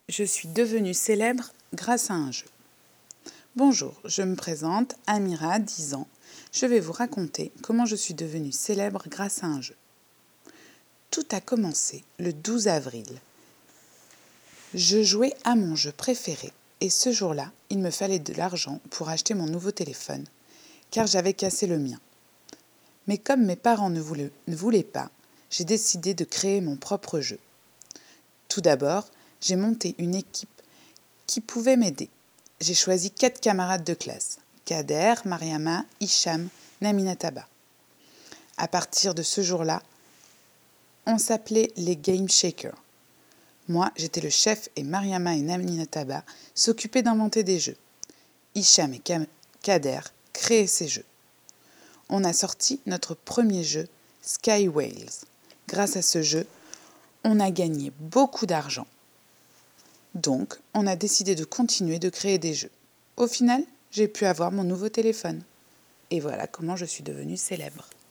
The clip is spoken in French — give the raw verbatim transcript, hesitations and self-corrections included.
Je suis devenue célèbre grâce à un jeu. Bonjour, je me présente, Amira, dix ans. Je vais vous raconter comment je suis devenue célèbre grâce à un jeu. Tout a commencé le douze avril. Je jouais à mon jeu préféré et ce jour-là, il me fallait de l'argent pour acheter mon nouveau téléphone, car j'avais cassé le mien. Mais comme mes parents ne voulaient, ne voulaient pas, j'ai décidé de créer mon propre jeu. Tout d'abord, j'ai monté une équipe qui pouvait m'aider. J'ai choisi quatre camarades de classe, Kader, Mariama, Hicham, Namina Taba. À partir de ce jour-là, on s'appelait les Game Shakers. Moi, j'étais le chef et Mariama et Namina Taba s'occupaient d'inventer des jeux. Hicham et Kader créaient ces jeux. On a sorti notre premier jeu, Sky Whales. Grâce à ce jeu, on a gagné beaucoup d'argent. Donc, on a décidé de continuer de créer des jeux. Au final, j'ai pu avoir mon nouveau téléphone. Et voilà comment je suis devenue célèbre.